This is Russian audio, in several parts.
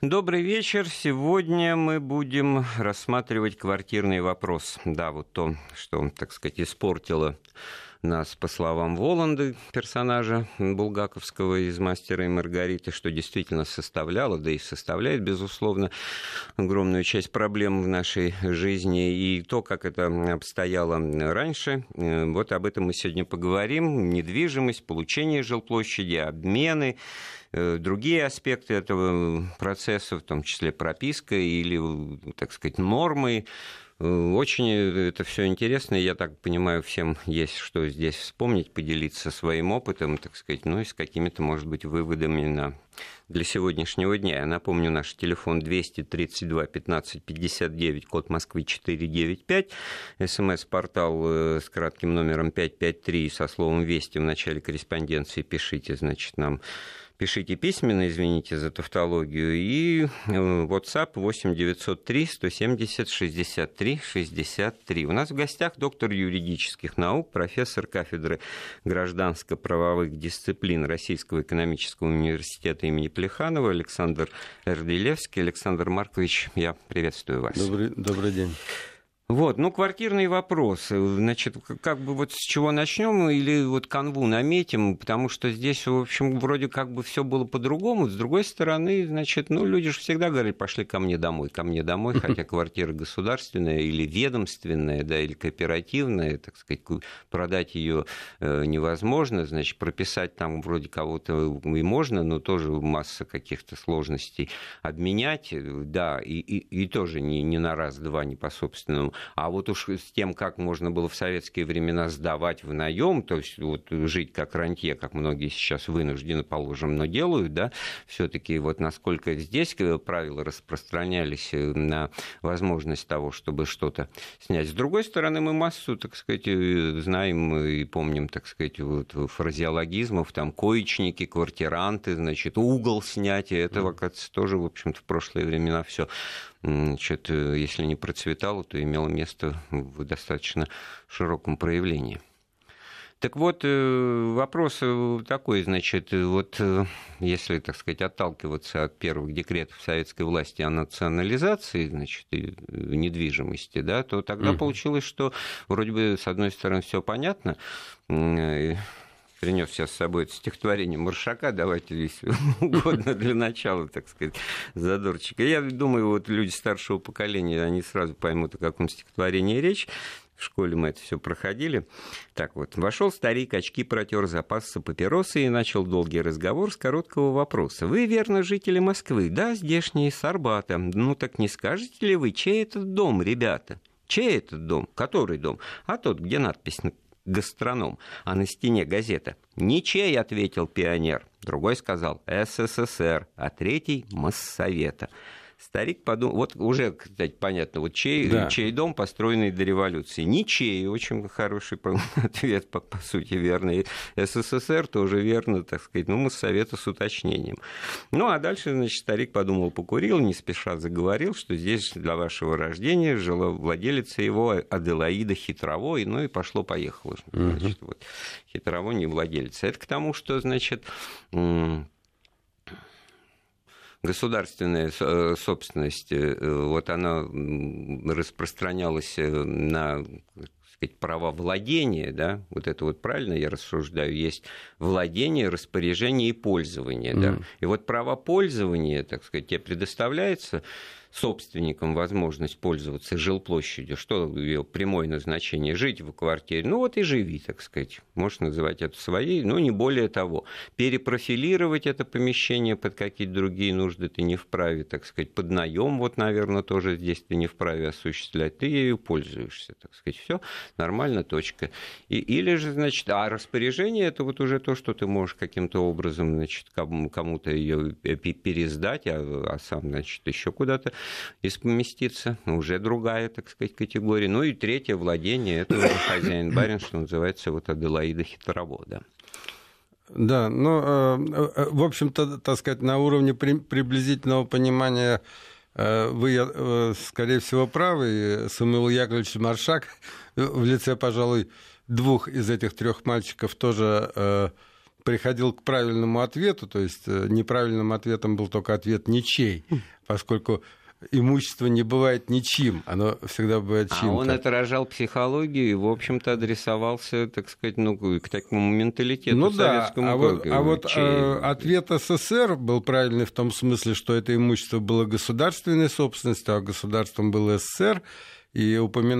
Добрый вечер. Сегодня мы будем рассматривать квартирный вопрос. Да, вот то, что, так сказать, испортило нас, по словам Воланда, персонажа булгаковского из «Мастера и Маргариты», что действительно составляло, да и составляет, безусловно, огромную часть проблем в нашей жизни. И то, как это обстояло раньше, вот об этом мы сегодня поговорим. Недвижимость, получение жилплощади, обмены, другие аспекты этого процесса, в том числе прописка или, так сказать, нормы. Очень это все интересно, я так понимаю, всем есть что здесь вспомнить, поделиться своим опытом, так сказать, ну и с какими-то, может быть, выводами для сегодняшнего дня. Я напомню, наш телефон 232 15 59, код Москвы 495, СМС-портал с кратким номером 553 со словом «Вести» в начале корреспонденции пишите, значит, нам... Пишите письменно, извините за тавтологию, и WhatsApp 8 903 170 63 63. У нас в гостях доктор юридических наук, профессор кафедры гражданско-правовых дисциплин Российского экономического университета имени Плеханова Александр Эрдылевский. Александр Маркович, я приветствую вас. Добрый день. Вот, ну, квартирный вопрос. Значит, как бы вот с чего начнем или вот канву наметим, потому что здесь, в общем, вроде как бы все было по-другому. С другой стороны, значит, ну, люди же всегда говорили, пошли ко мне домой, хотя квартира государственная или ведомственная, да, или кооперативная, так сказать, продать ее невозможно, значит, прописать там вроде кого-то и можно, но тоже масса каких-то сложностей обменять, да, и тоже не на раз-два, не по собственному. А вот уж с тем, как можно было в советские времена сдавать в наем, то есть вот жить как рантье, как многие сейчас вынуждены, положим, но делают, да, все-таки вот насколько здесь правила распространялись на возможность того, чтобы что-то снять. С другой стороны, мы массу, так сказать, знаем и помним, так сказать, вот фразеологизмов, там коечники, квартиранты, значит, угол снятия, это, оказывается, тоже, в общем-то, в прошлые времена все. Значит, если не процветало, то имело место в достаточно широком проявлении. Так вот, вопрос такой, значит, вот если, так сказать, отталкиваться от первых декретов советской власти о национализации, значит, недвижимости, да, то тогда получилось, что вроде бы, с одной стороны, все понятно. Принес сейчас с собой это стихотворение Маршака, давайте если угодно для начала, так сказать, задорчика. Я думаю, вот люди старшего поколения, они сразу поймут, о каком стихотворении речь. В школе мы это все проходили. Так вот, вошел старик, очки протер, запасся папиросы и начал долгий разговор с короткого вопроса. Вы, верно, жители Москвы? Да, здешние, с Арбата. Ну так не скажете ли вы, чей этот дом, ребята? Чей этот дом? Который дом? А тот, где надпись «Гастроном», а на стене газета. «Ничей», — ответил пионер. Другой сказал «СССР», а третий «Моссовета». Старик подумал, вот уже, кстати, понятно, вот чей дом, построенный до революции. Ничей, очень хороший ответ, по сути, верный. СССР тоже верно, так сказать, ну, Моссовета с уточнением. Ну, а дальше, значит, старик подумал, покурил, не спеша заговорил, что здесь для вашего рождения жила владелица его Аделаида Хитровой, ну, и пошло-поехало. Значит, вот, Хитровой не владелица. Это к тому, что, значит... Государственная собственность, вот она распространялась на, так сказать, права владения, да, вот это вот правильно я рассуждаю, есть владение, распоряжение и пользование, да, и вот право пользования, так сказать, тебе предоставляется собственникам возможность пользоваться жилплощадью, что ее прямое назначение, жить в квартире, ну вот и живи, так сказать, можешь называть это своей, но не более того. Перепрофилировать это помещение под какие-то другие нужды ты не вправе, так сказать, под наем, вот, наверное, тоже здесь ты не вправе осуществлять, ты ею пользуешься, так сказать, все нормально, точка. Или же, значит, а распоряжение это вот уже то, что ты можешь каким-то образом, значит, кому-то ее пересдать, а сам, значит, еще куда-то если поместиться, уже другая, так сказать, категория. Ну и третье, владение, это уже хозяин-барин, что называется, вот Аделаида Хитрово, да. Да, ну, в общем-то, так сказать, на уровне приблизительного понимания вы, скорее всего, правы. Самуил Яковлевич Маршак в лице, пожалуй, двух из этих трех мальчиков тоже приходил к правильному ответу, то есть неправильным ответом был только ответ «ничей». поскольку имущество не бывает ничьим, оно всегда бывает чьим-то. А он отражал психологию и, в общем-то, адресовался, так сказать, к такому менталитету советскому. Ответ СССР был правильный в том смысле, что это имущество было государственной собственностью, а государством был СССР. И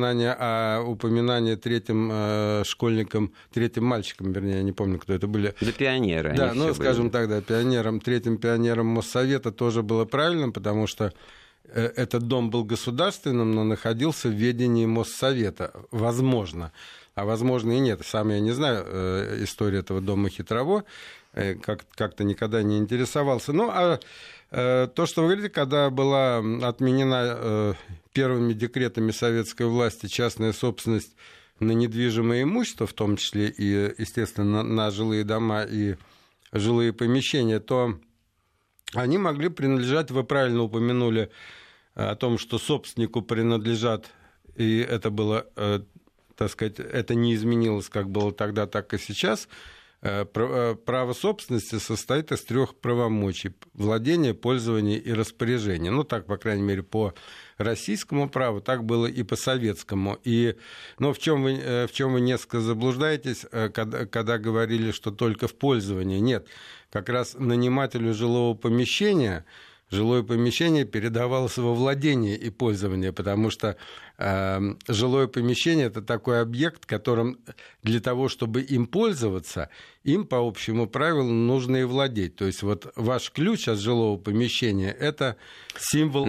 упоминание третьим школьникам, третьим мальчикам, вернее, я не помню, кто это были. Да, пионеры. Да, скажем так, да, третьим пионером Моссовета тоже было правильным, потому что этот дом был государственным, но находился в ведении Моссовета. Возможно. А возможно и нет. Сам я не знаю историю этого дома Хитрово. Как-то никогда не интересовался. То, что вы говорите, когда была отменена первыми декретами советской власти частная собственность на недвижимое имущество, в том числе и, естественно, на жилые дома и жилые помещения, то они могли принадлежать, вы правильно упомянули о том, что собственнику принадлежат, и это было, так сказать, это не изменилось, как было тогда, так и сейчас. Право собственности состоит из 3 правомочий: владение, пользование и распоряжение. Так, по крайней мере, по российскому праву, так было и по советскому. Но в чем вы несколько заблуждаетесь, когда говорили, что только в пользовании. Нет, как раз нанимателю жилого помещения жилое помещение передавалось во владение и пользование, потому что жилое помещение – это такой объект, которым для того, чтобы им пользоваться, им по общему правилу нужно и владеть. То есть вот ваш ключ от жилого помещения – это символ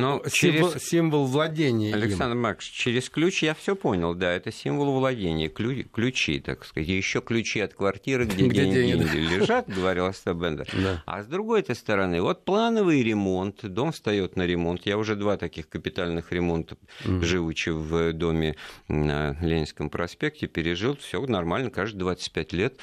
владения им. Александр Маркович, через ключ я все понял, да, это символ владения, ключи, так сказать, и еще ключи от квартиры, где деньги лежат, говорил Остап Бендер. Да. А с другой-то стороны, вот плановый ремонт, дом встает на ремонт. Я уже 2 таких капитальных ремонта, живучи в доме на Ленинском проспекте, пережил, все нормально, каждые 25 лет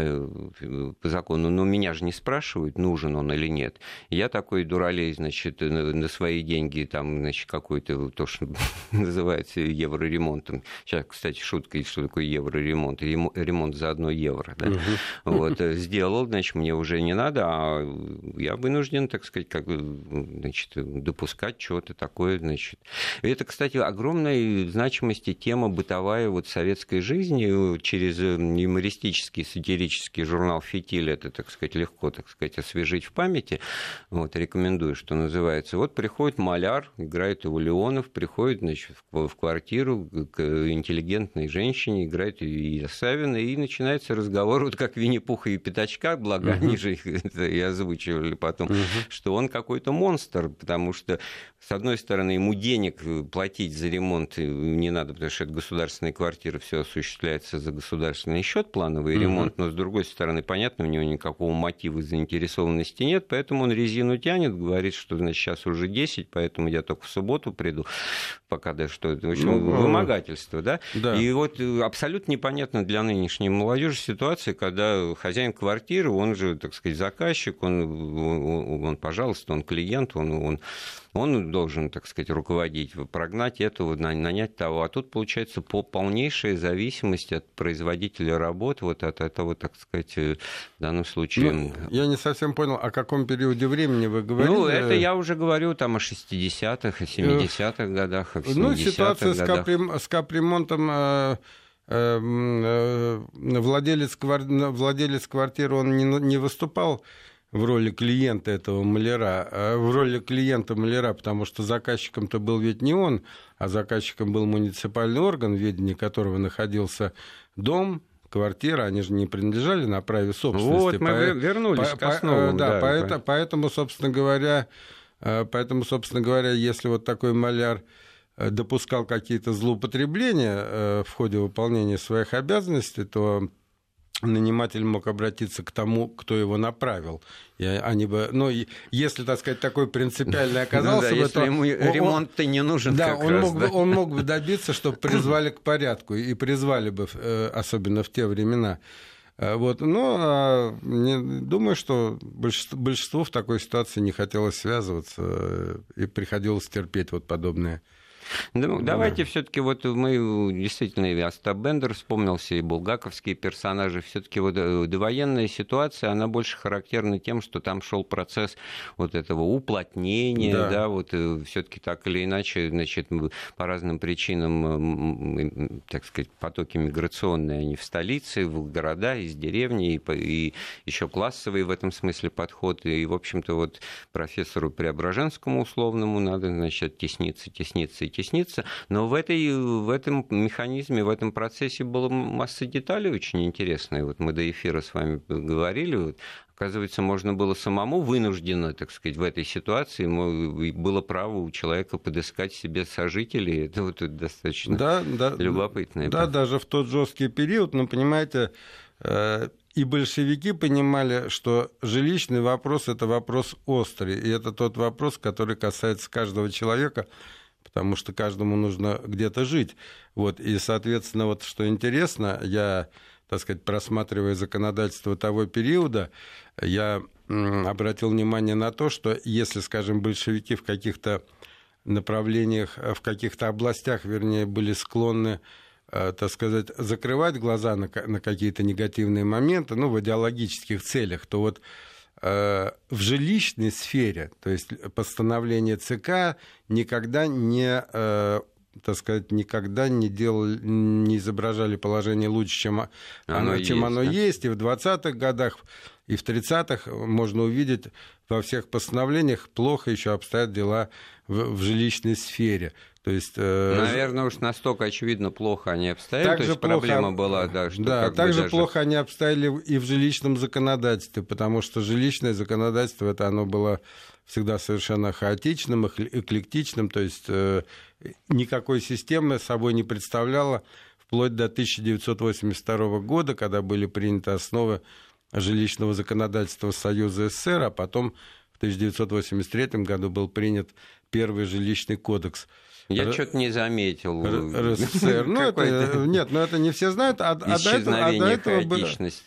по закону. Но меня же не спрашивают, нужен он или нет. Я такой дуралей, значит, на свои деньги, там, значит, какой-то, то, что называется евроремонтом. Сейчас, кстати, шутка есть, что такое евроремонт. Ремонт за 1 евро. Да? Вот, сделал, значит, мне уже не надо, а я вынужден, так сказать, значит, допускать что-то такое, значит. Это, кстати, огромная значимости тема бытовая вот советской жизни. Через юмористический, сатирический журнал «Фитиль» это, так сказать, легко, так сказать, освежить в памяти. Вот, рекомендую, что называется. Вот приходит маляр, играет его Леонов, приходит, значит, в квартиру к интеллигентной женщине, играет и Савина, и начинается разговор, вот как Винни-Пуха и Пятачка, благо они же их и озвучивали потом, что он какой-то монстр, потому что, с одной стороны, ему денег платить за ремонт не надо, потому что это государственная квартира, все осуществляется за государственный счет, плановый ремонт, но, с другой стороны, понятно, у него никакого мотива заинтересованности нет, поэтому он резину тянет, говорит, что, значит, сейчас уже 10, поэтому я только в субботу приду, пока да, что это, в общем, вымогательство, да? Да. И вот абсолютно непонятно для нынешней молодежи ситуация, когда хозяин квартиры, он же, так сказать, заказчик, он пожалуйста, он клиент, он должен, так сказать, руководить, прогнать этого, нанять того. А тут, получается, полнейшая зависимость от производителя работ, вот от этого, так сказать, в данном случае... я не совсем понял, о каком периоде времени вы говорите? Это я уже говорю там о 60-х, о 70-х годах, о 70-х ситуация годах. с капремонтом... Владелец квартиры, он не выступал в роли клиента этого маляра, а в роли клиента маляра, потому что заказчиком-то был ведь не он, а заказчиком был муниципальный орган, в ведении которого находился дом, квартира, они же не принадлежали на праве собственности. Вот, мы вернулись к основам. Поэтому, собственно говоря, если вот такой маляр допускал какие-то злоупотребления в ходе выполнения своих обязанностей, то наниматель мог обратиться к тому, кто его направил. И они бы, если, так сказать, такой принципиальный оказался бы, то ему ремонт-то не нужен. Да, он мог бы добиться, чтобы призвали к порядку, и призвали бы, особенно в те времена. Вот. Но думаю, что большинству в такой ситуации не хотелось связываться, и приходилось терпеть вот подобные Ну, давайте все-таки вот мы действительно и Остап Бендер вспомнился, и булгаковские персонажи. Все-таки вот довоенная ситуация, она больше характерна тем, что там шел процесс вот этого уплотнения, да, вот все-таки так или иначе, значит, по разным причинам, так сказать, потоки миграционные, они в столице, в города, из деревни, и еще классовый в этом смысле подход. И, в общем-то, вот профессору Преображенскому условному надо, значит, тесниться, но в этом механизме, в этом процессе была масса деталей очень интересных. Вот мы до эфира с вами говорили, вот, оказывается, можно было самому вынужденно, так сказать, в этой ситуации, было право у человека подыскать себе сожителей. Это вот достаточно любопытно. Да, даже в тот жесткий период, ну, понимаете, и большевики понимали, что жилищный вопрос – это вопрос острый, и это тот вопрос, который касается каждого человека, потому что каждому нужно где-то жить. Вот, и, соответственно, вот что интересно, я, так сказать, просматривая законодательство того периода, я обратил внимание на то, что если, скажем, большевики в каких-то направлениях, в каких-то областях, вернее, были склонны, так сказать, закрывать глаза на какие-то негативные моменты, ну, в идеологических целях, то вот в жилищной сфере, то есть постановление ЦК никогда не, так сказать, никогда не изображали положение лучше, чем оно есть. И в 20-х годах, и в 30-х можно увидеть во всех постановлениях плохо еще обстоят дела в жилищной сфере. То есть, наверное, уж настолько очевидно плохо они обстояли, то есть проблема была, да, что да, также плохо они обстояли и в жилищном законодательстве, потому что жилищное законодательство, это оно было всегда совершенно хаотичным, эклектичным, то есть никакой системы собой не представляло, вплоть до 1982 года, когда были приняты основы жилищного законодательства Союза СССР, а потом в 1983 году был принят первый жилищный кодекс. Я что-то не заметил. РСФСР. Ну, это не все знают. Исчезновение хаотичности.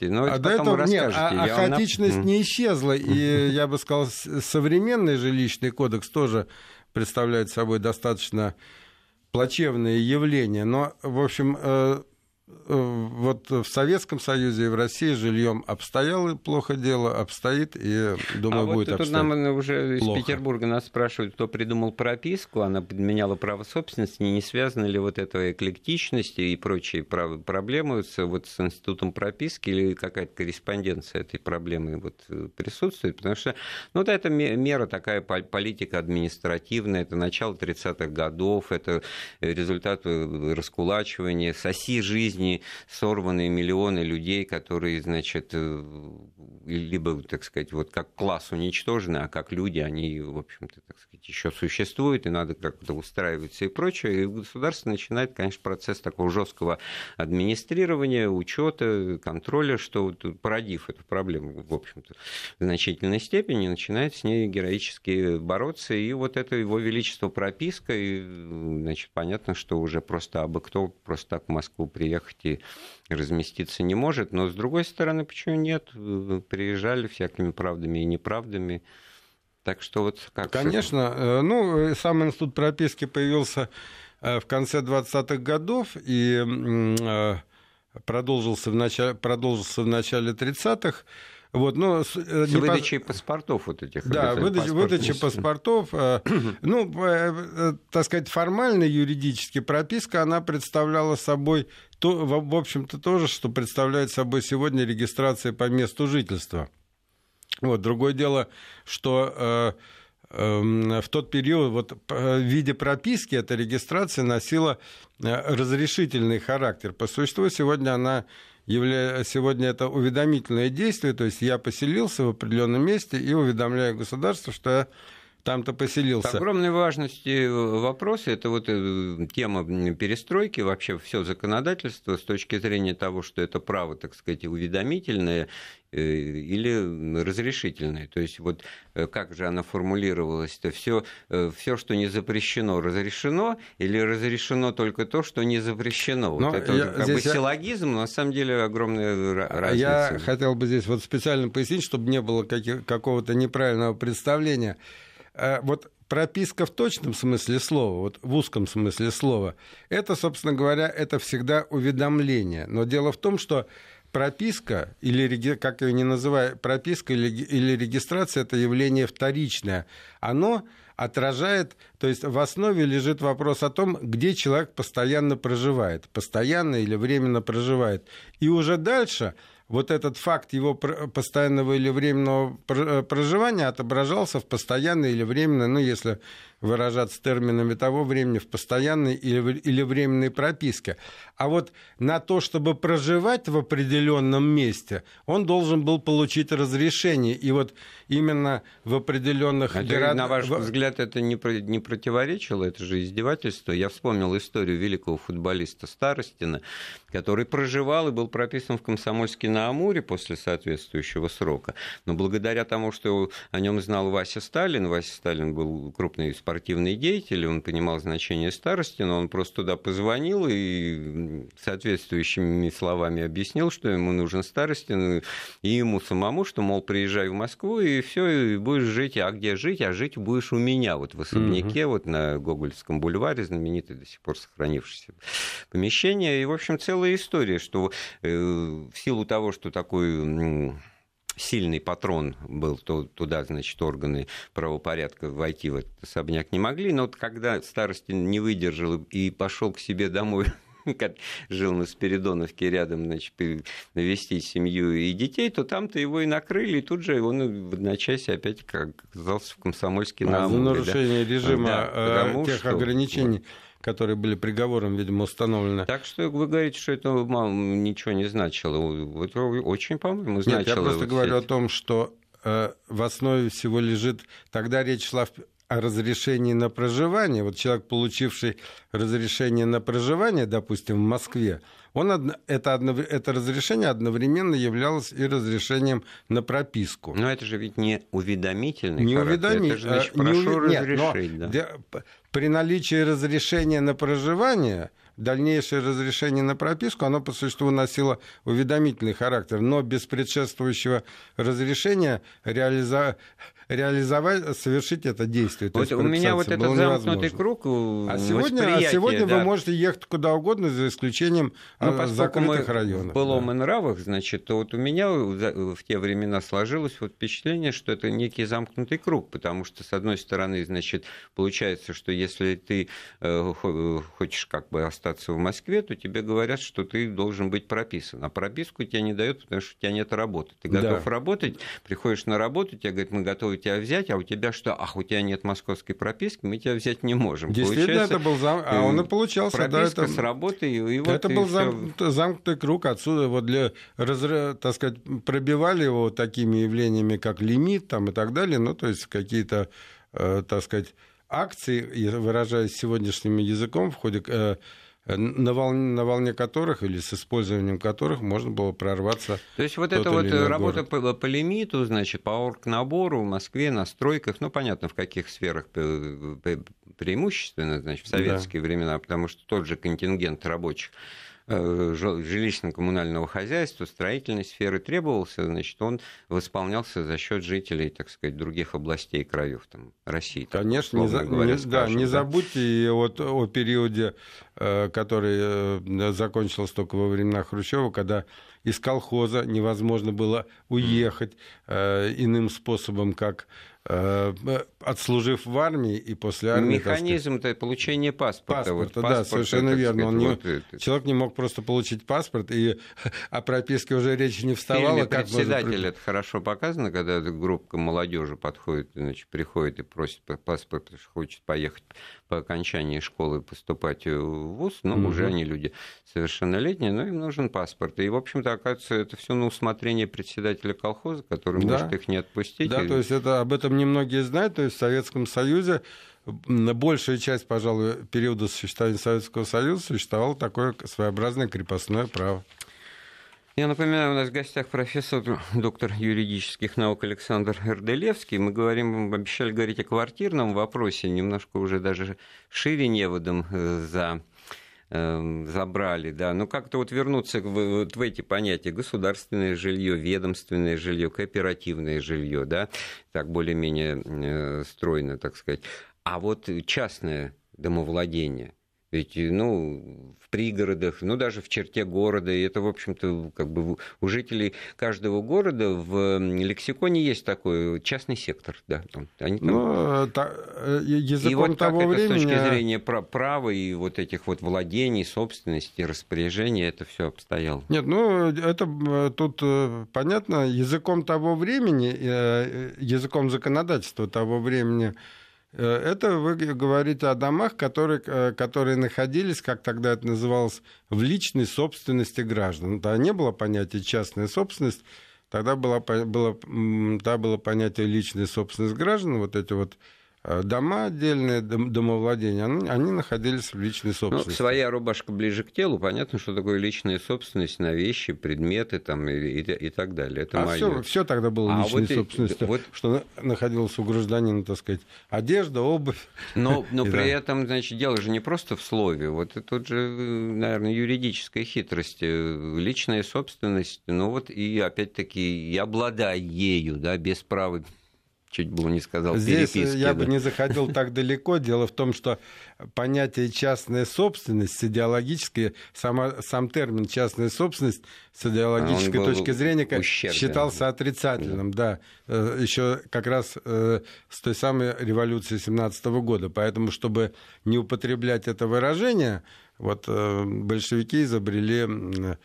Хаотичность не исчезла. И я бы сказал, современный жилищный кодекс тоже представляет собой достаточно плачевное явление. Но, в общем, вот в Советском Союзе и в России жильем обстояло плохо дело, обстоит, и, думаю, будет обстоять. Тут нам уже из Петербурга нас спрашивают, кто придумал прописку, она подменяла право собственности, не связана ли вот эта эклектичность и прочие проблемы вот с институтом прописки, или какая-то корреспонденция этой проблемы вот присутствует, потому что ну, вот эта мера такая политика административная, это начало 30-х годов, это результат раскулачивания, соси жизни, сорванные миллионы людей, которые, значит, либо, так сказать, вот как класс уничтожены, а как люди, они, в общем-то, так сказать, еще существуют, и надо как-то устраиваться и прочее. И государство начинает, конечно, процесс такого жесткого администрирования, учета, контроля, что вот, породив эту проблему, в общем-то, в значительной степени, начинает с ней героически бороться. И вот это его величество прописка, и, значит, понятно, что уже просто абы кто просто так в Москву приехать и разместиться не может, но, с другой стороны, почему нет? Приезжали всякими правдами и неправдами. Так что вот как... Конечно. Ну, сам институт прописки появился в конце 20-х годов и продолжился в начале 30-х. Вот, но с выдачей паспортов вот этих. Да, выдача паспортов. Ну, так сказать, формально, юридически прописка, она представляла собой, в общем-то, то же, что представляет собой сегодня регистрация по месту жительства. Вот, другое дело, что в тот период вот, в виде прописки эта регистрация носила разрешительный характер. По существу сегодня сегодня это уведомительное действие, то есть я поселился в определенном месте и уведомляю государство, что я там-то поселился. С огромной важностью вопроса, это вот тема перестройки, вообще все законодательство с точки зрения того, что это право, так сказать, уведомительное или разрешительное. То есть вот как же она формулировалась-то? Все, что не запрещено, разрешено, или разрешено только то, что не запрещено? Вот это как бы силлогизм, но на самом деле огромная разница. Я хотел бы здесь вот специально пояснить, чтобы не было какого-то неправильного представления. вот прописка в точном смысле слова, вот в узком смысле слова, это, собственно говоря, это всегда уведомление. Но дело в том, что прописка, или, как ее не называют, прописка или регистрация, это явление вторичное. Оно отражает, то есть в основе лежит вопрос о том, где человек постоянно проживает, постоянно или временно проживает. И уже дальше вот этот факт его постоянного или временного проживания отображался в постоянной или временной, ну, если выражаться терминами того времени, в постоянной или временной прописке. А вот на то, чтобы проживать в определенном месте, он должен был получить разрешение. И вот именно в определенных... На ваш взгляд, это не противоречило? Это же издевательство. Я вспомнил историю великого футболиста Старостина, который проживал и был прописан в Комсомольске-на-Амуре после соответствующего срока. Но благодаря тому, что о нем знал Вася Сталин был крупный спортивный деятель, он понимал значение Старостина, он просто туда позвонил и соответствующими словами объяснил, что ему нужен Старостин, и ему самому, что, мол, приезжай в Москву, и все, и будешь жить. А где жить? А жить будешь у меня, вот в особняке, вот на Гоголевском бульваре, знаменитое до сих пор сохранившееся помещение. И, в общем, целая история, что в силу того, что такой сильный патрон был, то туда, значит, органы правопорядка войти в этот особняк не могли. Но вот когда Старостин не выдержал и пошел к себе домой, жил на Спиридоновке рядом, значит, навестить семью и детей, то там-то его и накрыли, и тут же он в одночасье опять оказался в Комсомольске-на-Амуре. За нарушение режима тех что... ограничений, которые были приговором, видимо, установлены. Так что вы говорите, что это ничего не значило. Это очень, по-моему, значило. Нет, я просто говорю о том, что в основе всего лежит... Тогда речь шла о разрешении на проживание. Вот человек, получивший разрешение на проживание, допустим, в Москве, это разрешение одновременно являлось и разрешением на прописку. Но это же ведь не уведомительный характер. Это же, значит, прошу разрешить. При наличии разрешения на проживание, дальнейшее разрешение на прописку, оно по существу носило уведомительный характер, но без предшествующего разрешения совершить это действие. Вот у меня вот этот замкнутый круг сегодня вы можете ехать куда угодно, за исключением закрытых районов. В былом и нравах, значит, то вот у меня в те времена сложилось вот впечатление, что это некий замкнутый круг, потому что, с одной стороны, значит, получается, что если ты хочешь как бы остаться в Москве, то тебе говорят, что ты должен быть прописан. А прописку тебе не дают, потому что у тебя нет работы. Ты готов работать, приходишь на работу, тебе говорят, мы готовы тебя взять, а у тебя что? Ах, у тебя нет московской прописки, мы тебя взять не можем. Действительно, это был он и получался. Прописка с работы. Это был замкнутый круг. Отсюда вот так сказать, пробивали его такими явлениями, как лимит там, и так далее. Ну, то есть какие-то, так сказать, акции, выражаясь сегодняшним языком, в ходе на волне которых или с использованием которых можно было прорваться. То есть вот эта вот работа по лимиту, значит, по оргнабору в Москве, на стройках, ну, понятно, в каких сферах преимущественно, значит, в советские времена, потому что тот же контингент рабочих жилищно-коммунального хозяйства, строительной сферы требовался, значит, он восполнялся за счет жителей, так сказать, других областей и краев там, России. Конечно, не забудьте и о периоде, который закончился только во времена Хрущева, когда из колхоза невозможно было уехать иным способом, как отслужив в армии и после армии... Механизм-то получения паспорта. Да, совершенно верно. Человек не мог просто получить паспорт, и о прописке уже речи не вставало. Как председатель, это хорошо показано, когда группа молодежи подходит, значит, приходит и просит паспорт, потому что хочет поехать по окончании школы поступать в ВУЗ, но уже они люди совершеннолетние, но им нужен паспорт. И, в общем-то, оказывается, это все на усмотрение председателя колхоза, который может их не отпустить. Да, то есть об этом немногие знают. То есть в Советском Союзе большая часть, пожалуй, периода существования Советского Союза существовало такое своеобразное крепостное право. Я напоминаю, у нас в гостях профессор, доктор юридических наук Александр Эрделевский. Мы обещали говорить о квартирном вопросе, немножко уже даже шире неводом за забрали, да, но как-то вот вернуться вот в эти понятия: государственное жилье, ведомственное жилье, кооперативное жилье, да, так более-менее стройно, так сказать. А вот частное домовладение, ведь, ну, в пригородах, ну, даже в черте города, и это, в общем-то, как бы у жителей каждого города в лексиконе есть такой частный сектор, да. Они там... Языком и вот того как времени... это с точки зрения права и вот этих вот владений, собственности, распоряжения, это все обстояло? Нет, ну, это тут понятно, языком того времени, языком законодательства того времени, это вы говорите о домах, которые находились, как тогда это называлось, в личной собственности граждан. Тогда не было понятия частная собственность, тогда было понятие личная собственность граждан, вот эти вот дома отдельные, домовладения, они находились в личной собственности. Ну, своя рубашка ближе к телу, понятно, что такое личная собственность на вещи, предметы там, и так далее. Это моё. Все тогда было личной собственностью, что находилось у гражданина, так сказать, одежда, обувь. Но при этом, значит, дело же не просто в слове. Вот тут же, наверное, юридическая хитрость. Личная собственность, ну вот и опять-таки и обладая ею, да, без права, чуть было не сказал, здесь переписки. Я бы не заходил так далеко. Дело в том, что понятие частная собственность с идеологической, сам термин частная собственность с идеологической точки зрения считался отрицательным. Да. Еще как раз с той самой революции 17 года. Поэтому, чтобы не употреблять это выражение, вот большевики изобрели...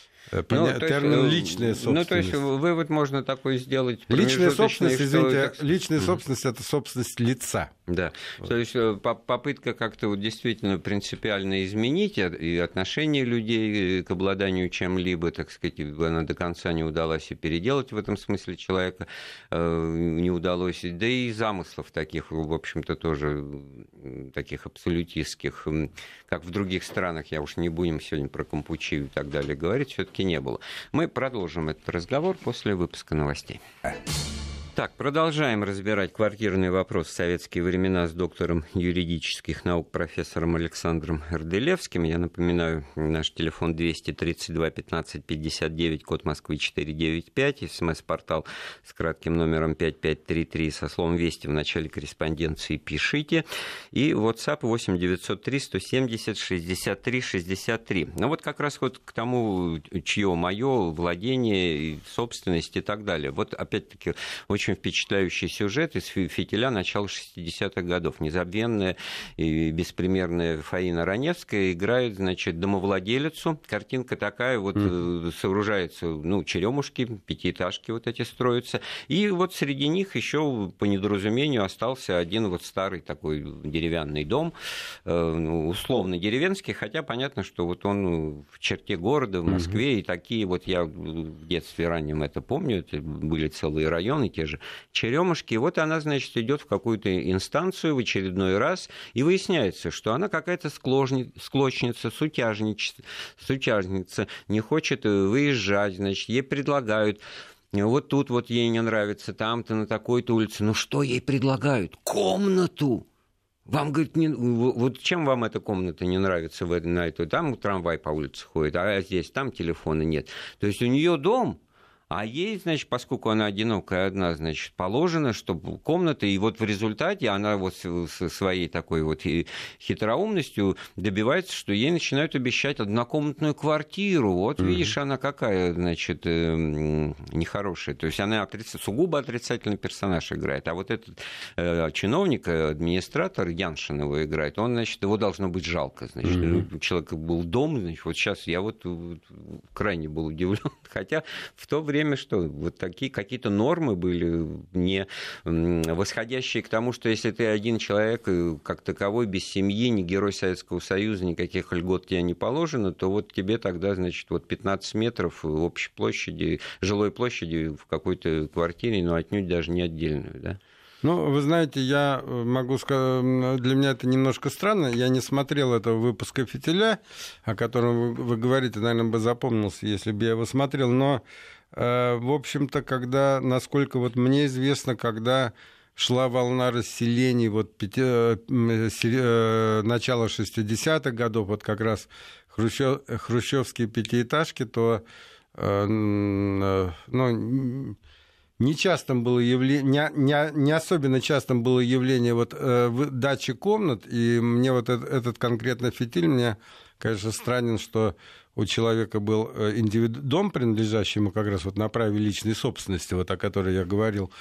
термин «личная собственность». Ну, то есть вывод можно такой сделать. Личная собственность, извините, личная собственность – это собственность лица. Да, то есть попытка как-то вот действительно принципиально изменить и отношение людей к обладанию чем-либо, так сказать, она до конца не удалась, и переделать в этом смысле человека не удалось. Да и замыслов таких, в общем-то, тоже таких абсолютистских, как в других странах, я уж не будем сегодня про Кампучи и так далее говорить, все-таки не было. Мы продолжим этот разговор после выпуска новостей. Так, продолжаем разбирать квартирный вопрос в советские времена с доктором юридических наук профессором Александром Эрделевским. Я напоминаю, наш телефон 232 15 59, код Москвы 495, смс-портал с кратким номером 5533 со словом «Вести» в начале корреспонденции пишите. И WhatsApp 8 903 170 63 63. Ну вот как раз вот к тому, чье мое владение, собственность и так далее. Вот опять-таки очень впечатляющий сюжет из «Фитиля» начала 60-х годов. Незабвенная и беспримерная Фаина Раневская играет, значит, домовладелицу. Картинка такая, вот сооружается, ну, черемушки, пятиэтажки вот эти строятся. И вот среди них еще по недоразумению остался один вот старый такой деревянный дом, условно деревенский, хотя понятно, что вот он в черте города, в Москве, и такие вот я в детстве раннем это помню, это были целые районы, те же черемушки. И вот она, значит, идет в какую-то инстанцию в очередной раз, и выясняется, что она какая-то склочница, сутяжница, не хочет выезжать, значит, ей предлагают. Вот тут вот ей не нравится, там-то на такой-то улице. Ну что ей предлагают? Комнату! Вам, говорит, вот чем вам эта комната не нравится на эту? Там трамвай по улице ходит, а здесь, там телефона нет. То есть у нее дом, а ей, значит, поскольку она одинокая одна, значит, положено, чтобы комната, и вот в результате она вот со своей такой вот хитроумностью добивается, что ей начинают обещать однокомнатную квартиру. Вот видишь, она какая, значит, нехорошая. То есть она сугубо отрицательный персонаж играет. А вот этот чиновник, администратор Яншин его играет, он, значит, его должно быть жалко. Значит, у человека был дом, значит, вот сейчас я вот крайне был удивлен. Хотя в то время что вот такие какие-то нормы были не восходящие к тому, что если ты один человек, как таковой, без семьи, не герой Советского Союза, никаких льгот тебе не положено, то вот тебе тогда, значит, вот 15 метров общей площади, жилой площади в какой-то квартире, но отнюдь даже не отдельную, да? Ну, вы знаете, я могу сказать, для меня это немножко странно. Я не смотрел этого выпуска «Фитиля», о котором вы говорите, наверное, бы запомнился, если бы я его смотрел. Но, в общем-то, насколько вот мне известно, когда шла волна расселений, вот начало 60-х годов, вот как раз хрущевские пятиэтажки, то нечастым было явление, не особенно частым было явление вот дачи комнат, и мне вот этот конкретно фитиль, мне, конечно, странен, что у человека был дом, принадлежащий ему как раз вот на праве личной собственности, вот о которой я говорил.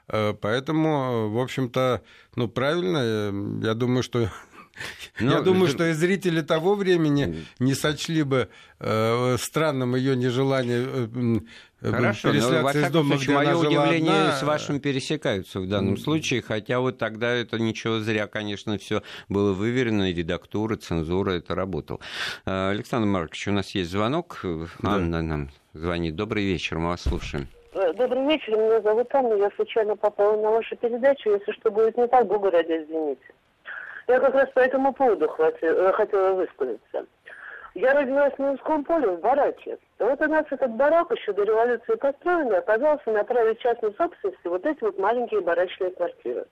Поэтому, в общем-то, правильно, я думаю, что... Я думаю, что и зрители того времени не сочли бы странным ее нежелание переселяться из дома, где она жила мое удивление одна. с вашим пересекаются в данном случае, хотя вот тогда это ничего зря, конечно, все было выверено, и редактура, цензура, это работало. Александр Маркович, у нас есть звонок. Анна нам звонит. Добрый вечер, мы вас слушаем. Добрый вечер, меня зовут Анна, я случайно попала на вашу передачу, если что будет не так, Богу ради, извините. Я как раз по этому поводу хотела высказаться. Я родилась на Имском поле в бараке. И вот у нас этот барак еще до революции построенный оказался на праве частной собственности вот эти вот маленькие барачные квартиры.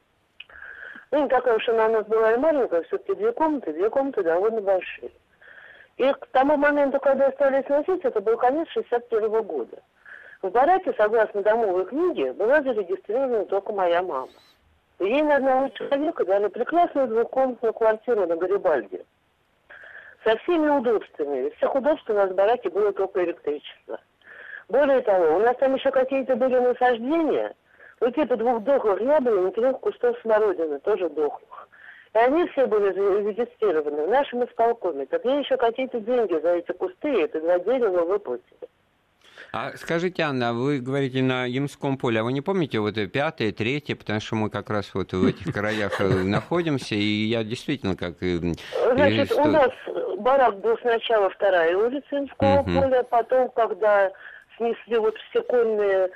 Ну, не такая уж она у нас была и маленькая, все-таки две комнаты довольно большие. И к тому моменту, когда стали сносить, это был конец 61 года. В бараке, согласно домовой книге, была зарегистрирована только моя мама. И ей на одного человека дали прекрасную двухкомнатную квартиру на Гарибальде. Со всеми удобствами. Из всех удобств у нас в бараке было только электричество. Более того, у нас там еще какие-то были насаждения, ну типа 2 дохлых яблонь и 3 кустов смородины, тоже дохлых. И они все были зарегистрированы в нашем исполкоме. Так мне еще какие-то деньги за эти кусты и эти 2 дерева выплатили. А скажите, Анна, вы говорите на Ямском поле, а вы не помните вот 5-е, 3-е, потому что мы как раз вот в этих краях находимся, и я действительно как... Значит, у нас барак был сначала 2-я улица Ямского поля, потом, когда снесли вот все конные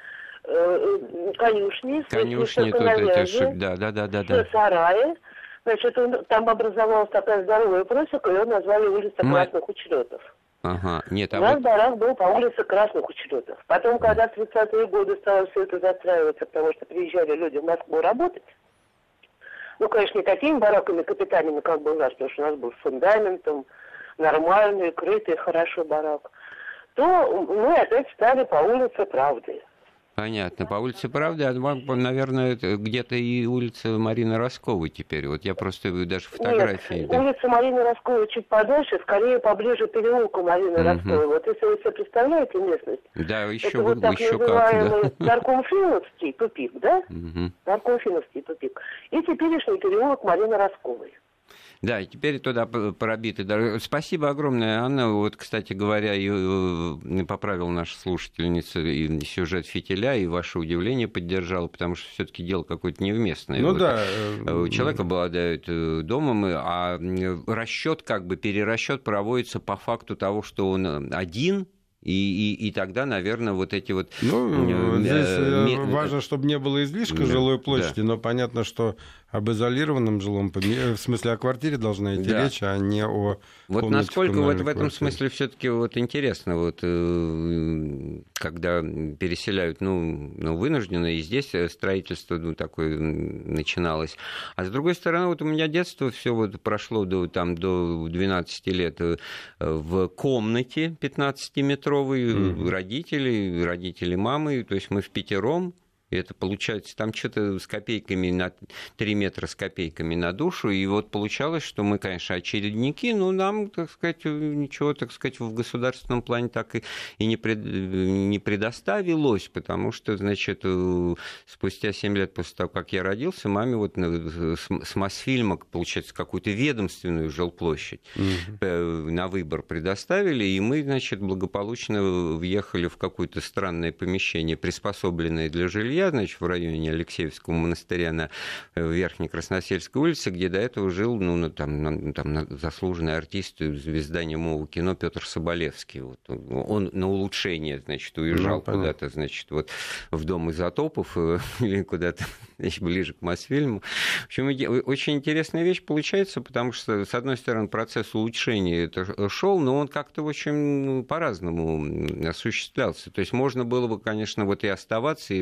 конюшни, тут эти, да. Сараи, значит, там образовалась такая здоровая просека, ее назвали улица Красных Учредов. Ага. Нет, у нас барак был по улице Красных Учредов. Потом, когда в 30-е годы стало все это застраиваться, потому что приезжали люди в Москву работать, ну, конечно, не такими бараками капитальными, как был наш, потому что у нас был с фундаментом, нормальный, крытый, хорошо барак, то мы опять стали по улице Правды. Понятно. По улице Правды, наверное, где-то и улица Марины Росковой теперь. Вот я просто даже фотографии... Нет, улица Марины Росковой чуть подальше, скорее поближе к переулку Марины Росковой. Вот если вы себе представляете местность, да, еще это вот так называемый Наркомфиновский тупик, да? Наркомфиновский тупик. И теперешний переулок Марины Росковой. Да, и теперь туда пробиты дороги. Спасибо огромное, Анна. Вот, кстати говоря, поправил наша слушательница и сюжет «Фитиля», и ваше удивление поддержал, потому что все-таки дело какое-то невместное. Ну вот, да. Человек обладает домом, а расчет, перерасчет проводится по факту того, что он один. И тогда, наверное, вот эти вот... здесь важно, чтобы не было излишка жилой площади, но понятно, что об изолированном жилом, в смысле о квартире должна идти речь, а не о вот насколько вот в этом смысле все-таки вот интересно, вот когда переселяют, вынужденно, и здесь строительство такое начиналось. А с другой стороны, вот у меня детство все вот прошло до 12 лет в комнате 15-метровой, родители мамы, то есть мы впятером. И это получается, там что-то с копейками, на 3 метра с копейками на душу. И вот получалось, что мы, конечно, очередники, но нам, так сказать, ничего, так сказать, в государственном плане так и не предоставилось, потому что, значит, спустя 7 лет после того, как я родился, маме вот с Мосфильма, получается, какую-то ведомственную жилплощадь на выбор предоставили, и мы, значит, благополучно въехали в какое-то странное помещение, приспособленное для жилья, значит, в районе Алексеевского монастыря на Верхней Красносельской улице, где до этого жил там заслуженный артист, звезда немого кино Петр Соболевский. Вот. Он на улучшение, значит, уезжал куда-то, значит, вот в дом Изотопов или куда-то, значит, ближе к Мосфильму. В общем, очень интересная вещь получается, потому что, с одной стороны, процесс улучшения это шел, но он как-то очень по-разному осуществлялся. То есть можно было бы, конечно, вот и оставаться, и ждать, и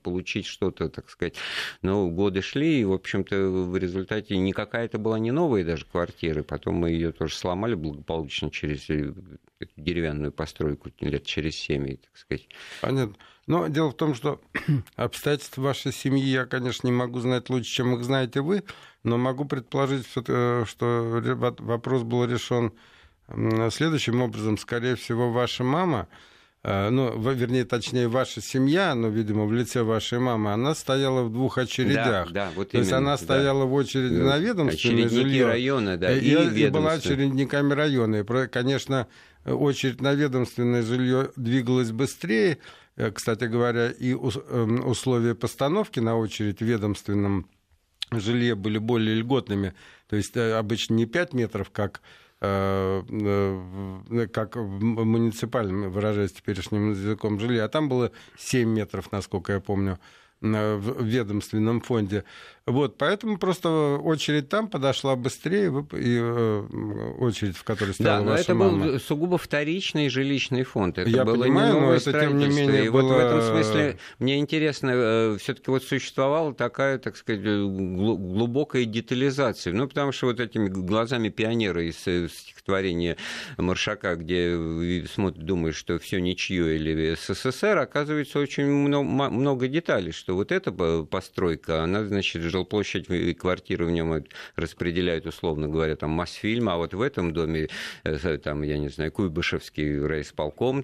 получить что-то, так сказать. Но годы шли, и, в общем-то, в результате никакая это была не новая даже квартира. Потом мы ее тоже сломали благополучно через эту деревянную постройку лет через 7, так сказать. Понятно. Но дело в том, что обстоятельства вашей семьи я, конечно, не могу знать лучше, чем их знаете вы, но могу предположить, что вопрос был решен следующим образом. Скорее всего, ваша мама, точнее, ваша семья, видимо, в лице вашей мамы, она стояла в 2 очередях. Да, вот То есть она стояла в очереди на ведомственное жилье. Района, да, и была очередниками района. И, конечно, очередь на ведомственное жилье двигалась быстрее. Кстати говоря, и условия постановки на очередь в ведомственном жилье были более льготными. То есть обычно не 5 метров, как в муниципальном, выражаясь теперешним языком, жилья, а там было 7 метров, насколько я помню, в ведомственном фонде. Вот, поэтому просто очередь там подошла быстрее, и очередь, в которой стояла ваша мама. Да, но это был сугубо вторичный жилищный фонд. Это я было понимаю, не новое но это, тем не менее, и было... вот в этом смысле мне интересно, все-таки вот существовала такая, так сказать, глубокая детализация. Потому что вот этими глазами пионера из стихотворения Маршака, где думаешь, что все ничье или СССР, оказывается очень много деталей, что вот эта постройка, она, значит, жилплощадь и квартиры в нем распределяют, условно говоря, там Мосфильм, а вот в этом доме, там, я не знаю, Куйбышевский райисполком,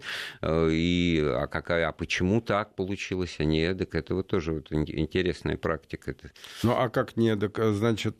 а почему так получилось, а не эдак, это вот тоже вот интересная практика. Ну, а как не эдак? Значит,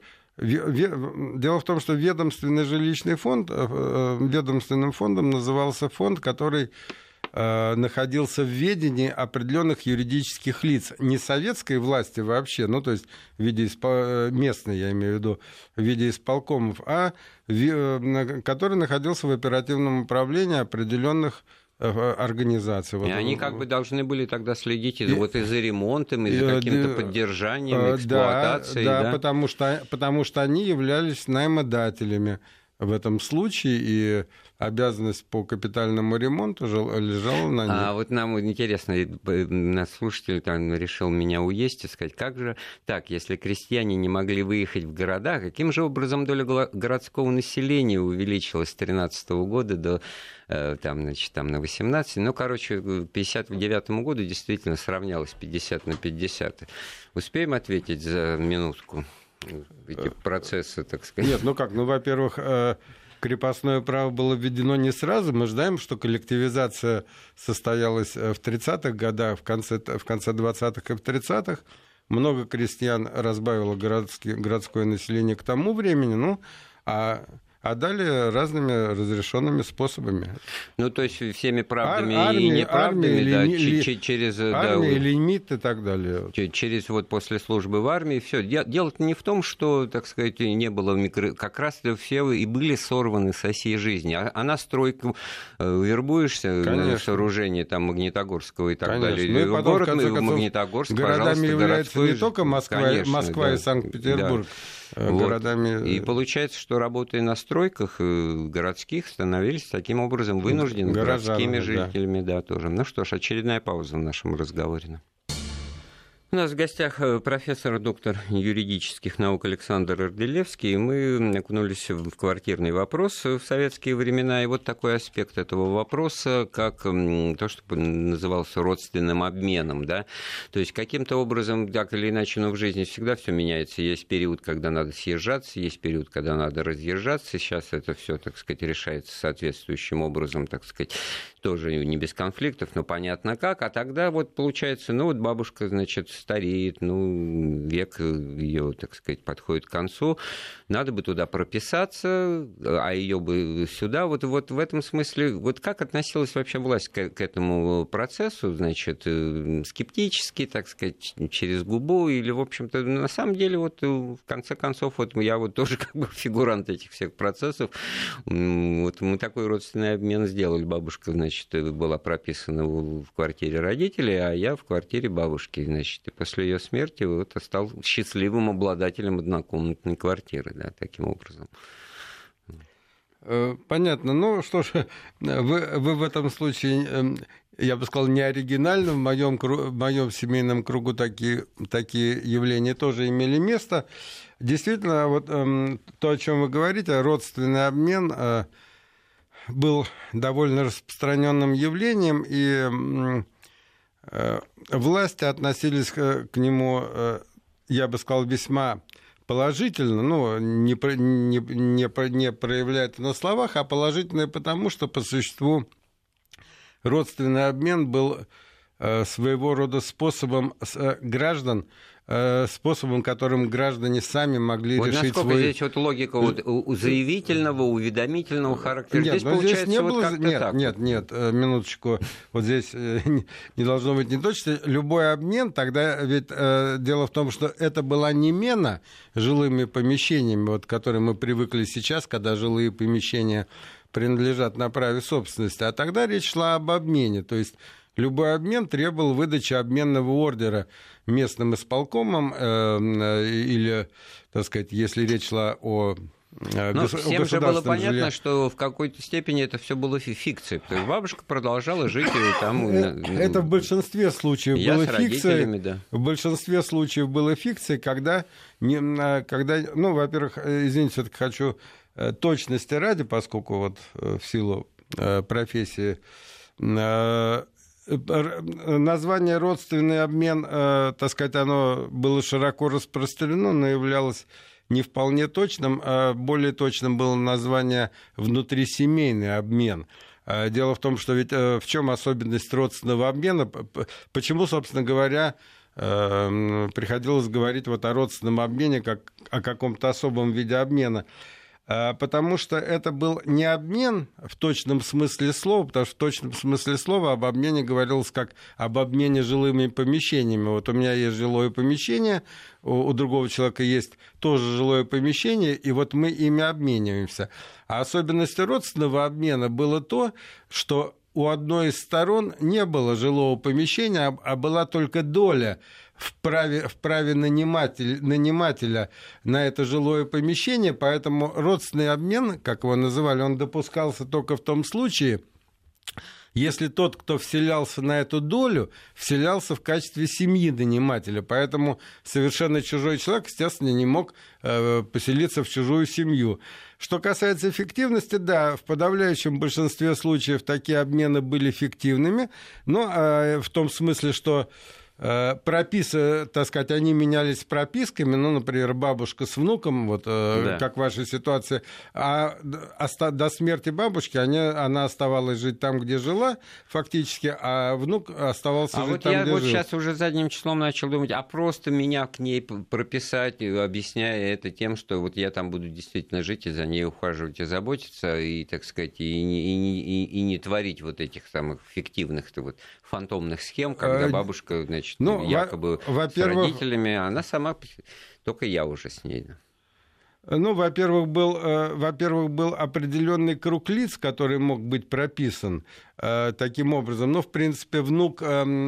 дело в том, что ведомственный жилищный фонд, ведомственным фондом назывался фонд, который находился в ведении определенных юридических лиц, не советской власти вообще, то есть в виде местной, я имею в виду, в виде исполкомов, а который находился в оперативном управлении определенных организаций. И они как бы должны были тогда следить и за ремонтом, и за каким-то поддержанием, эксплуатацией. Да, потому что они являлись наймодателями в этом случае, и обязанность по капитальному ремонту лежала на них. А вот нам интересно, наш слушатель решил меня уесть и сказать, как же так, если крестьяне не могли выехать в города, каким же образом доля городского населения увеличилась с 2013 года до на 18? К 1959 году действительно сравнялось 50 на 50. Успеем ответить за минутку? Эти процессы, так сказать. Нет, во-первых, крепостное право было введено не сразу. Мы знаем, что коллективизация состоялась в 30-х годах, в конце 20-х и в 30-х. Много крестьян разбавило городское население к тому времени, а далее разными разрешенными способами. То есть всеми правдами и неправдами, через... Армия, лимит и так далее. Через после службы в армии, все. Дело-то не в том, что, так сказать, не было как раз все и были сорваны с оси жизни. А на стройку вербуешься, на сооружение Магнитогорского и так далее. Ну и потом, город Магнитогорск, городами являются не только Москва и Санкт-Петербург. Городами... И получается, что работая на стройках городских, становились таким образом вынуждены городскими жителями, тоже. Ну что ж, очередная пауза в нашем разговоре. У нас в гостях профессор, доктор юридических наук Александр Арделевский, и мы окунулись в квартирный вопрос в советские времена, и вот такой аспект этого вопроса, как то, что назывался родственным обменом, да, то есть каким-то образом, так или иначе, в жизни всегда все меняется, есть период, когда надо съезжаться, есть период, когда надо разъезжаться, сейчас это все, так сказать, решается соответствующим образом, так сказать, тоже не без конфликтов, но понятно как, а тогда получается, бабушка, значит, стареет, век ее, так сказать, подходит к концу, надо бы туда прописаться, а ее бы сюда. Вот в этом смысле, как относилась вообще власть к этому процессу, значит, скептически, так сказать, через губу, или, в общем-то, на самом деле, в конце концов, я тоже как бы фигурант этих всех процессов, мы такой родственный обмен сделали, бабушка, значит, была прописана в квартире родителей, а я в квартире бабушки, значит, и после ее смерти стал счастливым обладателем однокомнатной квартиры, да, таким образом. Понятно. Что ж, вы в этом случае я бы сказал, не оригинально. В моем семейном кругу такие явления тоже имели место. Действительно, вот то, о чем вы говорите, родственный обмен был довольно распространенным явлением, и власти относились к нему, я бы сказал, весьма положительно, ну, не проявляя это на словах, а положительно потому, что по существу родственный обмен был своего рода способом граждан, способом, которым граждане сами могли вот решить насколько здесь вот логика вот заявительного, уведомительного характера? Нет, здесь получается здесь не вот было... как-то так. Нет, минуточку. Вот здесь не должно быть неточности. Любой обмен, тогда ведь дело в том, что это была не мена жилыми помещениями, вот, к которым мы привыкли сейчас, когда жилые помещения принадлежат на праве собственности, а тогда речь шла об обмене, то есть любой обмен требовал выдачи обменного ордера местным исполкомом или, так сказать, если речь шла о всем же было понятно, что в какой-то степени это все было фикцией. То есть бабушка продолжала жить там. Это в большинстве случаев было фикцией. Да. В большинстве случаев было фикцией, когда, ну, во-первых, извините, все-таки хочу точности ради, поскольку вот в силу профессии название «родственный обмен», так сказать, оно было широко распространено, но являлось не вполне точным. Более точным было название «внутрисемейный обмен». Дело в том, что ведь в чем особенность родственного обмена? Почему, собственно говоря, приходилось говорить вот о родственном обмене как о каком-то особом виде обмена? Потому что это был не обмен в точном смысле слова, потому что в точном смысле слова об обмене говорилось как об обмене жилыми помещениями. Вот у меня есть жилое помещение, у другого человека есть тоже жилое помещение, и вот мы ими обмениваемся. А особенностью родственного обмена было то, что у одной из сторон не было жилого помещения, а была только доля в праве нанимателя на это жилое помещение, поэтому родственный обмен, как его называли, он допускался только в том случае, если тот, кто вселялся на эту долю, вселялся в качестве семьи нанимателя. Поэтому совершенно чужой человек, естественно, не мог поселиться в чужую семью. Что касается эффективности, да, в подавляющем большинстве случаев такие обмены были фиктивными, но в том смысле, что прописы, так сказать, они менялись прописками, ну, например, бабушка с внуком, вот да. Как в вашей ситуации, а до смерти бабушки она оставалась жить там, где жила, фактически, а внук оставался жить вот там, где жил. А вот я сейчас уже задним числом начал думать, а просто меня к ней прописать, объясняя это тем, что вот я там буду действительно жить и за ней ухаживать и заботиться, и, так сказать, и не творить вот этих самых фиктивных вот, фантомных схем, когда бабушка, значит, якобы с родителями, она сама, только я уже с ней. Ну, во-первых, был определенный круг лиц, который мог быть прописан таким образом. Ну, в принципе, внук,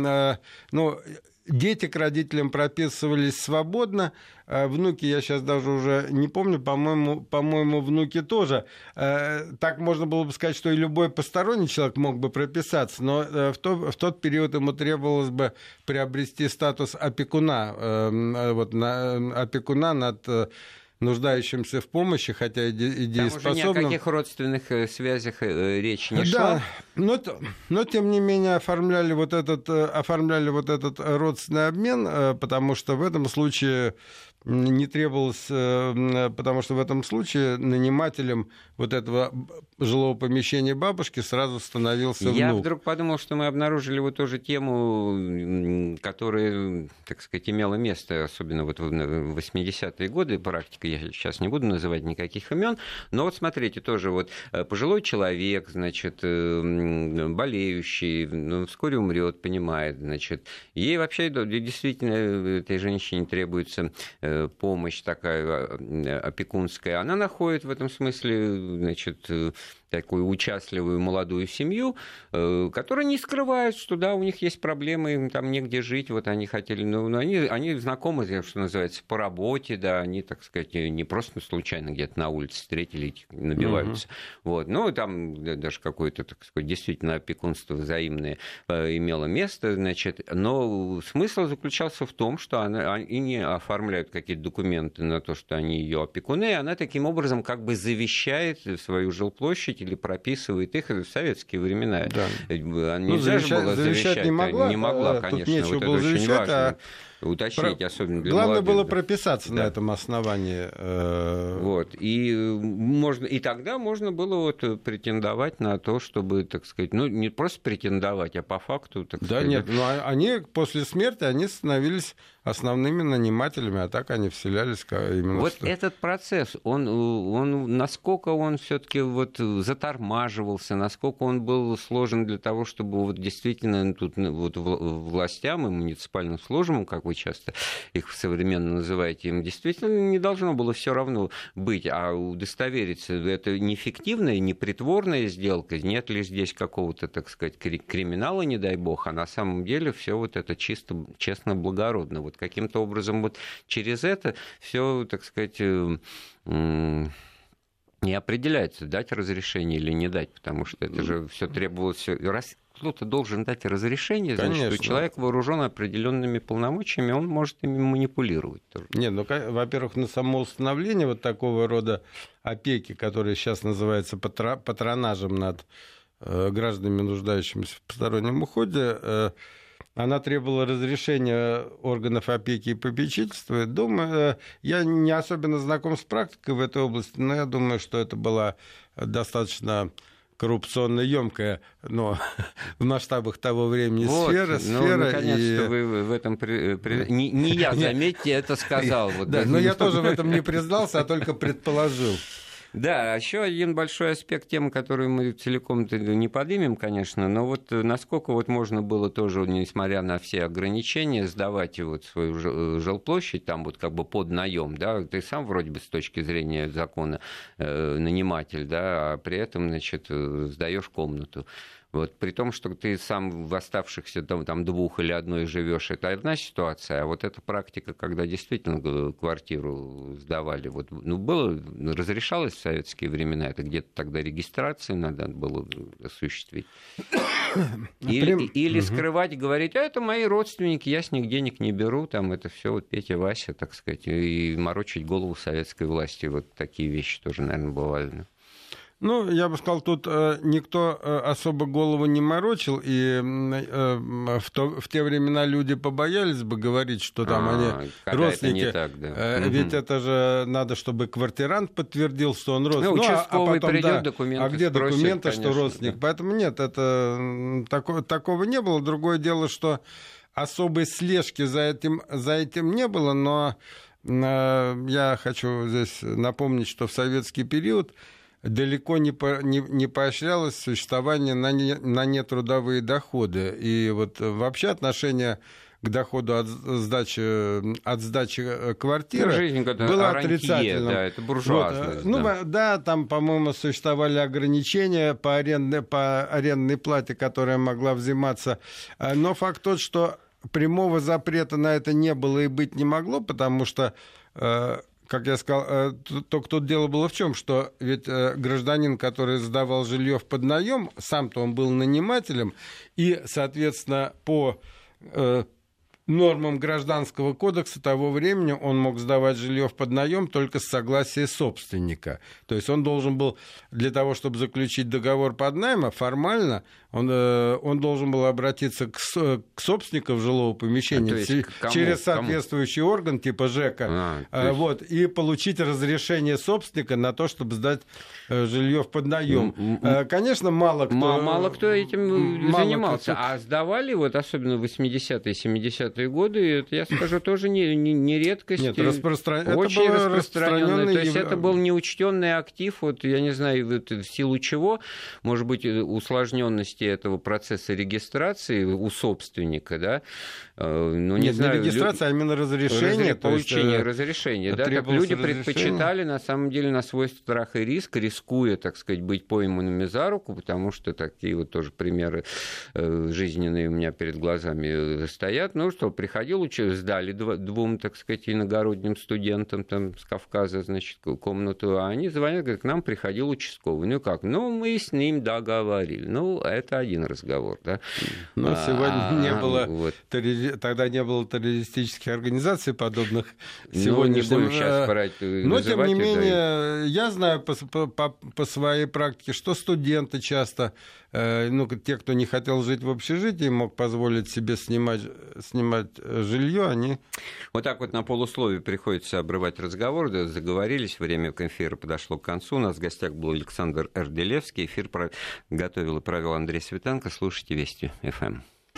дети к родителям прописывались свободно, внуки, я сейчас даже уже не помню, по-моему, внуки тоже. Так можно было бы сказать, что и любой посторонний человек мог бы прописаться, но в тот период ему требовалось бы приобрести статус опекуна, опекуна над нуждающимся в помощи, хотя и дееспособным. Там уже ни о каких родственных связях речи не шла. Да, но тем не менее оформляли вот этот родственный обмен, потому что в этом случае не требовалось, потому что в этом случае нанимателем вот этого жилого помещения бабушки сразу становился внук. Я вдруг подумал, что мы обнаружили вот тоже тему, которая, так сказать, имела место, особенно вот в 80-е годы, практика, я сейчас не буду называть никаких имен, но вот смотрите, тоже вот пожилой человек, значит, болеющий, вскоре умрет, понимает, значит, ей вообще действительно этой женщине требуется помощь такая опекунская, она находит в этом смысле, значит, такую участливую молодую семью, которая не скрывает, что да, у них есть проблемы, им там негде жить, вот они хотели, они знакомы, что называется, по работе, да, они, так сказать, не просто случайно где-то на улице встретили и набиваются. Вот. Ну, там даже какой-то, так сказать, действительно опекунство взаимное имело место, значит, но смысл заключался в том, что они оформляют какие-то документы на то, что они ее опекуны, и она таким образом как бы завещает свою жилплощадь или прописывает их в советские времена. Да. Нельзя же было завещать. Не могла, конечно. Тут нечего было завещать, уточнить, особенно для главное молодых. было прописаться на этом основании. Вот. И тогда можно было вот претендовать на то, чтобы, так сказать, ну, не просто претендовать, а по факту, так сказать. Да нет, но они после смерти они становились основными нанимателями, а так они вселялись именно... Вот этот процесс, он насколько он все-таки вот затормаживался, насколько он был сложен для того, чтобы вот действительно тут вот властям и муниципальным службам, как вы часто их современно называете, им действительно не должно было все равно быть, а удостовериться, это не фиктивная, не притворная сделка, нет ли здесь какого-то, так сказать, криминала, не дай бог, а на самом деле все вот это чисто, честно, благородно. Вот каким-то образом вот через это все, так сказать, не определяется, дать разрешение или не дать, потому что это же все требовалось... Раз кто-то должен дать разрешение, значит, что человек вооружен определенными полномочиями, он может ими манипулировать тоже. Нет, ну, во-первых, на самоустановление вот такого рода опеки, которая сейчас называется патронажем над гражданами, нуждающимися в постороннем уходе, она требовала разрешения органов опеки и попечительства. Думаю, я не особенно знаком с практикой в этой области, но я думаю, что это была достаточно коррупционно ёмкая, но в масштабах того времени вот, сфера. Наконец-то вы в этом... Не я, заметьте, это сказал. Да, но я тоже в этом не признался, а только предположил. Да, еще один большой аспект темы, которую мы целиком не поднимем, конечно, но вот насколько вот можно было тоже, несмотря на все ограничения, сдавать вот свою жилплощадь, там вот как бы под наем, да, ты сам вроде бы с точки зрения закона наниматель, да, а при этом, значит, сдаешь комнату. Вот, при том, что ты сам в оставшихся там двух или одной живешь, это одна ситуация, а вот эта практика, когда действительно квартиру сдавали, вот, ну, было, разрешалось в советские времена, это где-то тогда регистрации надо было осуществить. Или скрывать, говорить, это мои родственники, я с них денег не беру, там это все вот Петя, Вася, так сказать, и морочить голову советской власти, вот такие вещи тоже, наверное, бывали. Ну, я бы сказал, тут никто особо голову не морочил, и в те времена люди побоялись бы говорить, что там они родственники. Это не так, да. Ведь это же надо, чтобы квартирант подтвердил, что он родственник. Ну, участковый потом, придет, документы а где спросит, документы, конечно, что родственник? Да. Поэтому нет, это такого не было. Другое дело, что особой слежки за этим не было, но я хочу здесь напомнить, что в советский период далеко не поощрялось существование на нетрудовые доходы. И вот вообще отношение к доходу от сдачи квартиры жизнь, было отрицательным. Да, это буржуазность. Вот. Да, там, по-моему, существовали ограничения по арендной плате, которая могла взиматься. Но факт тот, что прямого запрета на это не было и быть не могло, потому что... Как я сказал, только тут дело было в чем, что ведь гражданин, который сдавал жилье в поднаем, сам-то он был нанимателем, и, соответственно, по нормам Гражданского кодекса того времени он мог сдавать жилье в поднаем только с согласия собственника. То есть он должен был, для того, чтобы заключить договор поднайма, формально он должен был обратиться к собственникам жилого помещения через соответствующий орган типа ЖЭКа, вот, и получить разрешение собственника на то, чтобы сдать жилье в поднаем. Конечно, мало кто этим занимался, а сдавали, вот особенно в 80-е, 70-е годы, это, я скажу, тоже не редкость. Нет, очень распространенный. То есть это был неучтенный актив, вот я не знаю, в силу чего, может быть, усложненность этого процесса регистрации у собственника, да, ну, не знаю, не регистрация, а именно разрешение. Получение разрешения, да, так люди предпочитали, на самом деле, на свой страх и риск, рискуя, так сказать, быть пойманными за руку, потому что такие вот тоже примеры жизненные у меня перед глазами стоят, ну, что приходил, сдали двум, так сказать, иногородним студентам там с Кавказа, значит, комнату, а они звонят, говорят, к нам приходил участковый. Ну как? Ну, мы с ним договорили. Ну, это это один разговор, да. Но сегодня не было, тогда не было террористических организаций подобных сегодняшним. Не будем сейчас брать, но, тем не менее, я знаю по своей практике, что студенты часто, те, кто не хотел жить в общежитии, мог позволить себе снимать жилье, они... Вот так вот на полусловие приходится обрывать разговор, да, заговорились, время эфира подошло к концу. У нас в гостях был Александр Эрделевский, эфир готовил и провел Андрей Светенко. Слушайте Вести ФМ.